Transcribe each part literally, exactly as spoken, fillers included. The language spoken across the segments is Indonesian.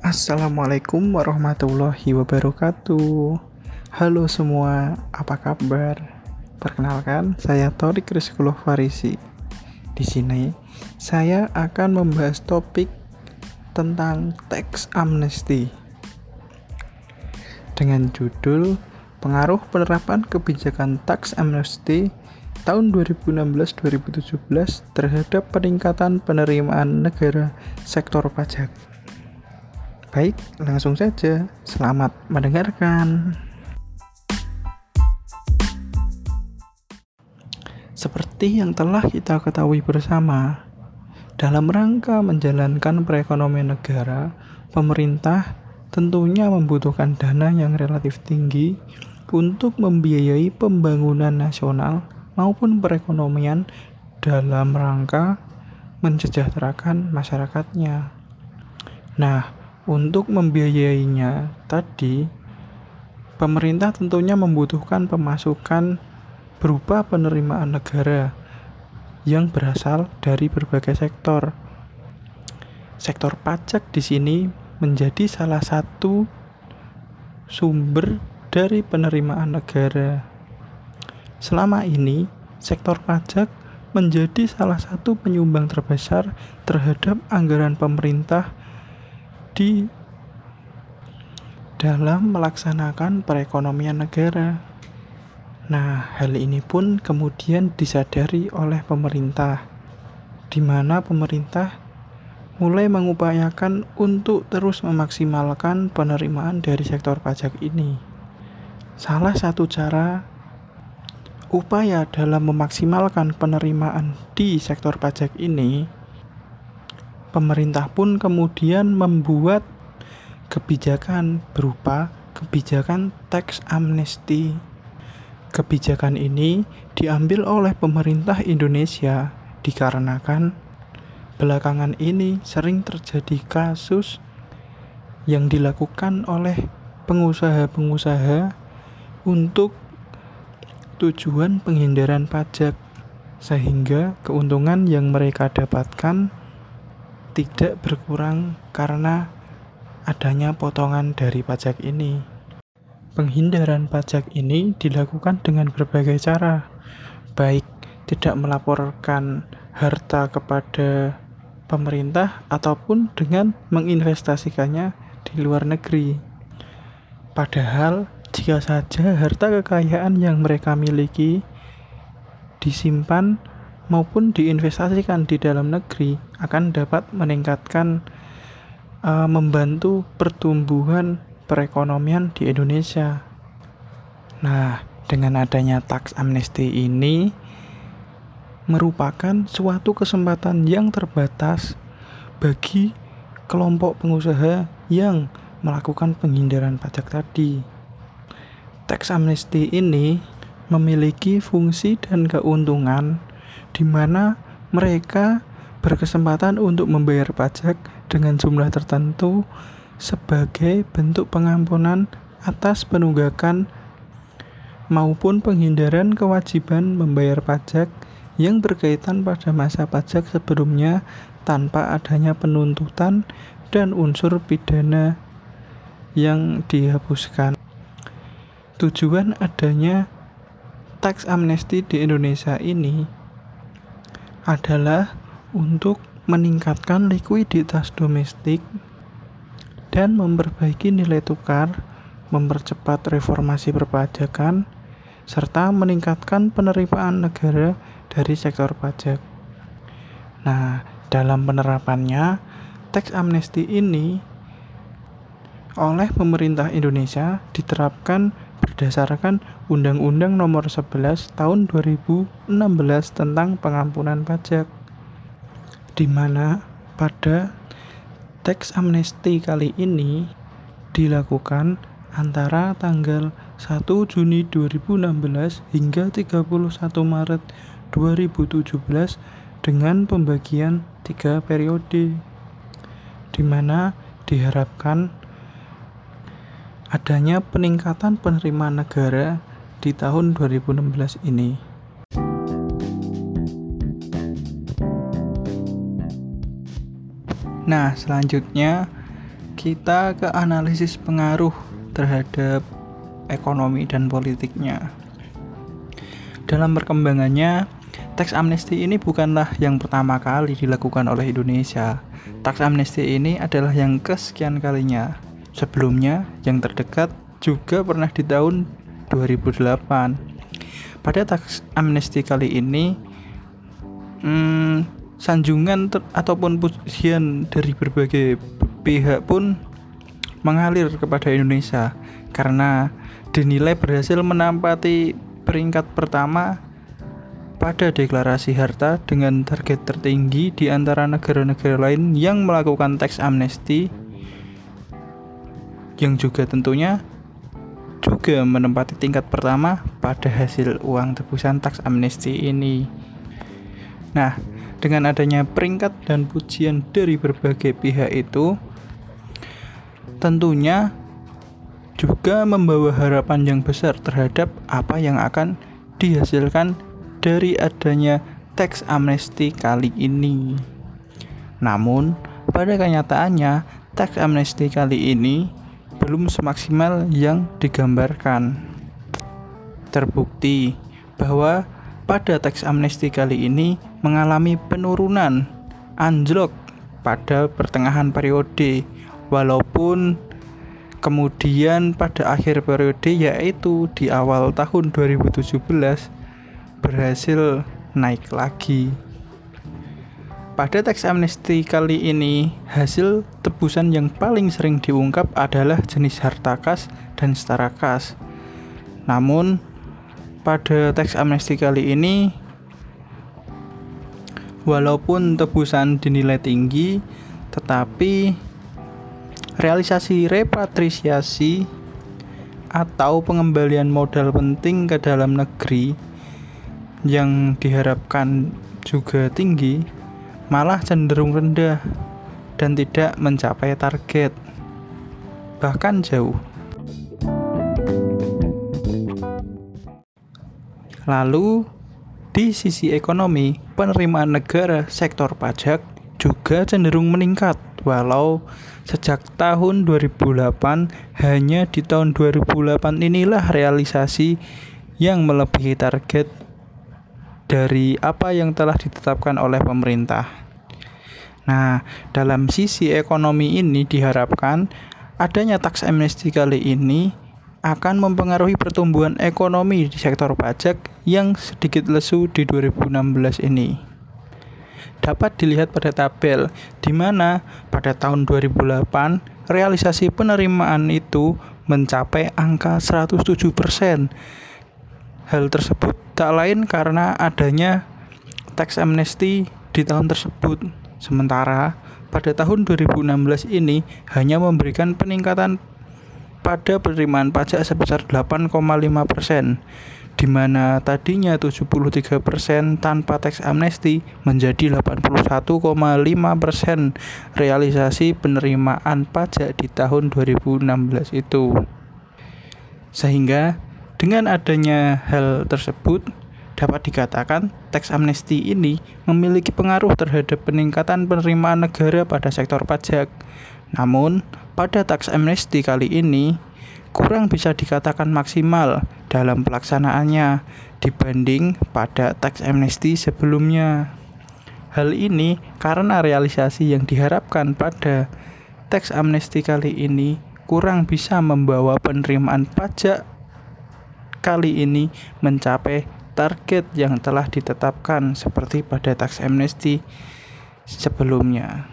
Assalamualaikum warahmatullahi wabarakatuh. Halo semua, apa kabar? Perkenalkan, saya Thorik Rizkyullah Farisi. Di sini saya akan membahas topik tentang tax amnesty dengan judul Pengaruh Penerapan Kebijakan Tax Amnesty tahun dua ribu enam belas dua ribu tujuh belas terhadap peningkatan penerimaan negara sektor pajak. Baik, langsung saja. Selamat mendengarkan. Seperti yang telah kita ketahui bersama, dalam rangka menjalankan perekonomian negara, pemerintah tentunya membutuhkan dana yang relatif tinggi untuk membiayai pembangunan nasional maupun perekonomian dalam rangka mensejahterakan masyarakatnya. Nah, untuk membiayainya tadi, pemerintah tentunya membutuhkan pemasukan berupa penerimaan negara yang berasal dari berbagai sektor. Sektor pajak di sini menjadi salah satu sumber dari penerimaan negara. Selama ini, sektor pajak menjadi salah satu penyumbang terbesar terhadap anggaran pemerintah di dalam melaksanakan perekonomian negara. Nah, hal ini pun kemudian disadari oleh pemerintah, di mana pemerintah mulai mengupayakan untuk terus memaksimalkan penerimaan dari sektor pajak ini. Salah satu cara upaya dalam memaksimalkan penerimaan di sektor pajak ini, pemerintah pun kemudian membuat kebijakan berupa kebijakan tax amnesty. Kebijakan ini diambil oleh pemerintah Indonesia dikarenakan belakangan ini sering terjadi kasus yang dilakukan oleh pengusaha-pengusaha untuk tujuan penghindaran pajak, sehingga keuntungan yang mereka dapatkan tidak berkurang karena adanya potongan dari pajak ini. Penghindaran pajak ini dilakukan dengan berbagai cara, baik tidak melaporkan harta kepada pemerintah ataupun dengan menginvestasikannya di luar negeri. Padahal jika saja harta kekayaan yang mereka miliki disimpan maupun diinvestasikan di dalam negeri akan dapat meningkatkan uh, membantu pertumbuhan perekonomian di Indonesia. Nah, dengan adanya tax amnesty ini merupakan suatu kesempatan yang terbatas bagi kelompok pengusaha yang melakukan penghindaran pajak tadi. Tax amnesty ini memiliki fungsi dan keuntungan di mana mereka berkesempatan untuk membayar pajak dengan jumlah tertentu sebagai bentuk pengampunan atas penunggakan maupun penghindaran kewajiban membayar pajak yang berkaitan pada masa pajak sebelumnya tanpa adanya penuntutan dan unsur pidana yang dihapuskan. Tujuan adanya tax amnesty di Indonesia ini adalah untuk meningkatkan likuiditas domestik dan memperbaiki nilai tukar, mempercepat reformasi perpajakan, serta meningkatkan penerimaan negara dari sektor pajak. Nah, dalam penerapannya, tax amnesty ini oleh pemerintah Indonesia diterapkan berdasarkan Undang-Undang Nomor sebelas Tahun dua ribu enam belas tentang pengampunan pajak, di mana pada tax amnesty kali ini dilakukan antara tanggal satu Juni dua ribu enam belas hingga tiga puluh satu Maret dua ribu tujuh belas dengan pembagian tiga periode, di mana diharapkan adanya peningkatan penerimaan negara di tahun dua ribu enam belas ini. Nah, selanjutnya kita ke analisis pengaruh terhadap ekonomi dan politiknya. Dalam perkembangannya, tax amnesty ini bukanlah yang pertama kali dilakukan oleh Indonesia. Tax amnesty ini adalah yang kesekian kalinya. Sebelumnya, yang terdekat juga pernah di tahun dua ribu delapan. Pada tax amnesty kali ini, hmm, sanjungan ter- ataupun pujian dari berbagai pihak pun mengalir kepada Indonesia karena dinilai berhasil menempati peringkat pertama pada deklarasi harta dengan target tertinggi di antara negara-negara lain yang melakukan tax amnesty, yang juga tentunya juga menempati tingkat pertama pada hasil uang tebusan tax amnesty ini. Nah, dengan adanya peringkat dan pujian dari berbagai pihak itu, tentunya juga membawa harapan yang besar terhadap apa yang akan dihasilkan dari adanya tax amnesty kali ini. Namun, pada kenyataannya, tax amnesty kali ini belum semaksimal yang digambarkan. Terbukti bahwa pada tax amnesty kali ini mengalami penurunan anjlok pada pertengahan periode, walaupun kemudian pada akhir periode, yaitu di awal tahun dua ribu tujuh belas, berhasil naik lagi. Pada tax amnesty kali ini, hasil tebusan yang paling sering diungkap adalah jenis harta kas dan setara kas. Namun, pada tax amnesty kali ini, walaupun tebusan dinilai tinggi, tetapi realisasi repatriasi atau pengembalian modal penting ke dalam negeri yang diharapkan juga tinggi, malah cenderung rendah dan tidak mencapai target, bahkan jauh. Lalu, di sisi ekonomi, penerimaan negara sektor pajak juga cenderung meningkat, walau sejak tahun dua ribu delapan, hanya di tahun dua ribu delapan inilah realisasi yang melebihi target dari apa yang telah ditetapkan oleh pemerintah. Nah, dalam sisi ekonomi ini diharapkan adanya tax amnesty kali ini akan mempengaruhi pertumbuhan ekonomi di sektor pajak yang sedikit lesu di dua ribu enam belas ini. Dapat dilihat pada tabel di mana pada tahun dua ribu delapan realisasi penerimaan itu mencapai angka seratus tujuh persen. Hal tersebut tak lain karena adanya tax amnesty di tahun tersebut. Sementara pada tahun dua ribu enam belas ini hanya memberikan peningkatan pada penerimaan pajak sebesar delapan koma lima persen, di mana tadinya tujuh puluh tiga persen tanpa tax amnesty menjadi delapan puluh satu koma lima persen realisasi penerimaan pajak di tahun dua ribu enam belas itu. Sehingga dengan adanya hal tersebut, dapat dikatakan tax amnesty ini memiliki pengaruh terhadap peningkatan penerimaan negara pada sektor pajak. Namun, pada tax amnesty kali ini kurang bisa dikatakan maksimal dalam pelaksanaannya dibanding pada tax amnesty sebelumnya. Hal ini karena realisasi yang diharapkan pada tax amnesty kali ini kurang bisa membawa penerimaan pajak kali ini mencapai target yang telah ditetapkan seperti pada tax amnesty sebelumnya.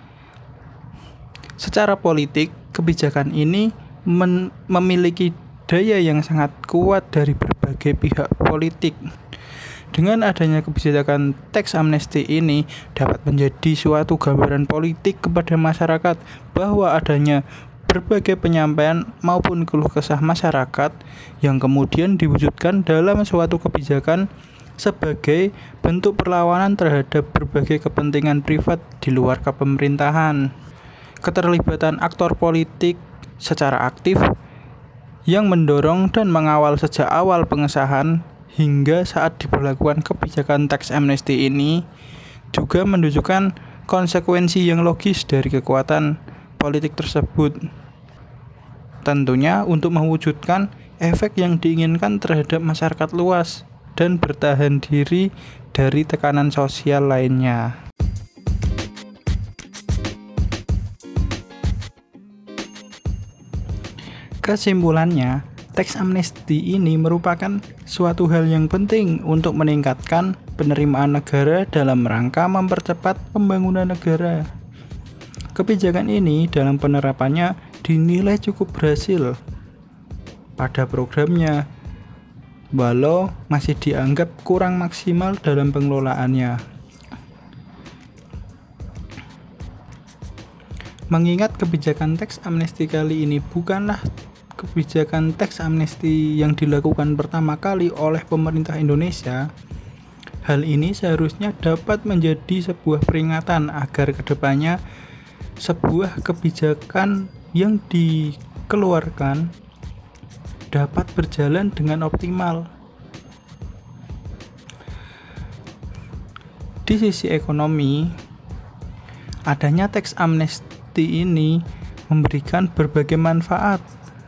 Secara politik, kebijakan ini men- memiliki daya yang sangat kuat dari berbagai pihak politik. Dengan adanya kebijakan tax amnesty ini dapat menjadi suatu gambaran politik kepada masyarakat bahwa adanya berbagai penyampaian maupun keluh kesah masyarakat yang kemudian diwujudkan dalam suatu kebijakan sebagai bentuk perlawanan terhadap berbagai kepentingan privat di luar kepemerintahan. Keterlibatan aktor politik secara aktif yang mendorong dan mengawal sejak awal pengesahan hingga saat diberlakukan kebijakan tax amnesty ini juga menunjukkan konsekuensi yang logis dari kekuatan politik tersebut. Tentunya untuk mewujudkan efek yang diinginkan terhadap masyarakat luas dan bertahan diri dari tekanan sosial lainnya. Kesimpulannya, teks amnesti ini merupakan suatu hal yang penting untuk meningkatkan penerimaan negara dalam rangka mempercepat pembangunan negara. Kebijakan ini dalam penerapannya dinilai cukup berhasil pada programnya, walau masih dianggap kurang maksimal dalam pengelolaannya. Mengingat kebijakan teks amnesti kali ini bukanlah kebijakan teks amnesti yang dilakukan pertama kali oleh pemerintah Indonesia, hal ini seharusnya dapat menjadi sebuah peringatan agar kedepannya sebuah kebijakan yang dikeluarkan dapat berjalan dengan optimal. Di sisi ekonomi, adanya teks amnesti ini memberikan berbagai manfaat.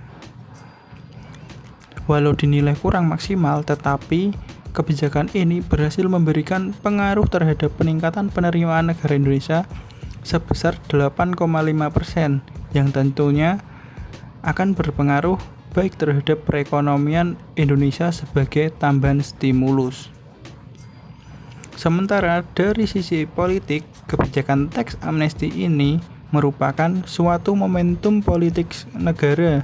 Walau dinilai kurang maksimal, tetapi kebijakan ini berhasil memberikan pengaruh terhadap peningkatan penerimaan negara Indonesia sebesar delapan koma lima persen, yang tentunya akan berpengaruh baik terhadap perekonomian Indonesia sebagai tambahan stimulus. Sementara dari sisi politik, kebijakan teks amnesti ini merupakan suatu momentum politik negara,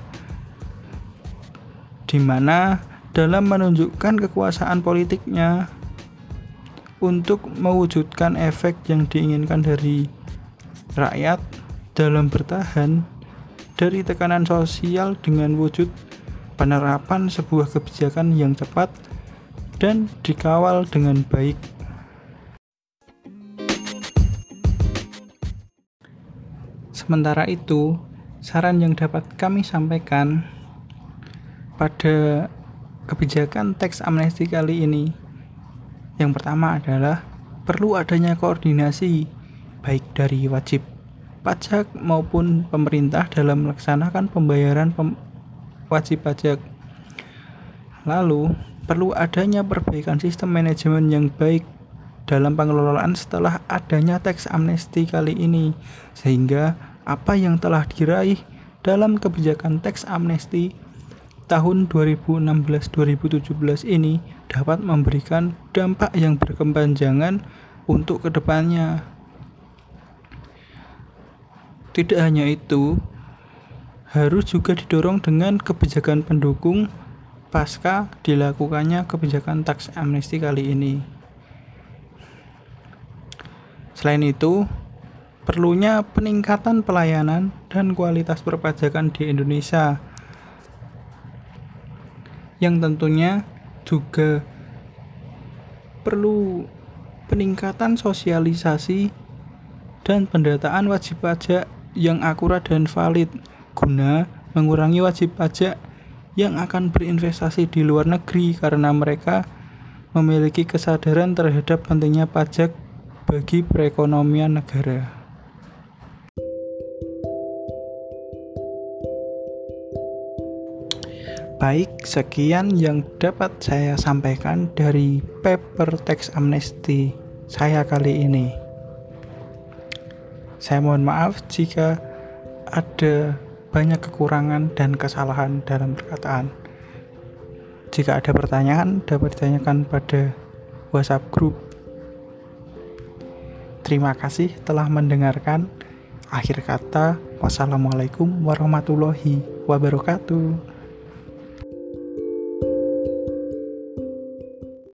di mana dalam menunjukkan kekuasaan politiknya untuk mewujudkan efek yang diinginkan dari rakyat dalam bertahan dari tekanan sosial dengan wujud penerapan sebuah kebijakan yang cepat dan dikawal dengan baik. Sementara itu, saran yang dapat kami sampaikan pada kebijakan teks amnesti kali ini, yang pertama adalah perlu adanya koordinasi baik dari wajib pajak maupun pemerintah dalam melaksanakan pembayaran pem- wajib pajak. Lalu, perlu adanya perbaikan sistem manajemen yang baik dalam pengelolaan setelah adanya teks amnesti kali ini, sehingga apa yang telah diraih dalam kebijakan teks amnesti tahun dua ribu enam belas dua ribu tujuh belas ini dapat memberikan dampak yang berkepanjangan untuk kedepannya. Tidak hanya itu, harus juga didorong dengan kebijakan pendukung pasca dilakukannya kebijakan teks amnesti kali ini. Selain itu, perlunya peningkatan pelayanan dan kualitas perpajakan di Indonesia, yang tentunya juga perlu peningkatan sosialisasi dan pendataan wajib pajak yang akurat dan valid guna mengurangi wajib pajak yang akan berinvestasi di luar negeri karena mereka memiliki kesadaran terhadap pentingnya pajak bagi perekonomian negara. Baik, sekian yang dapat saya sampaikan dari paper teks amnesti saya kali ini. Saya mohon maaf jika ada banyak kekurangan dan kesalahan dalam perkataan. Jika ada pertanyaan, dapat ditanyakan pada WhatsApp group. Terima kasih telah mendengarkan. Akhir kata, wassalamualaikum warahmatullahi wabarakatuh.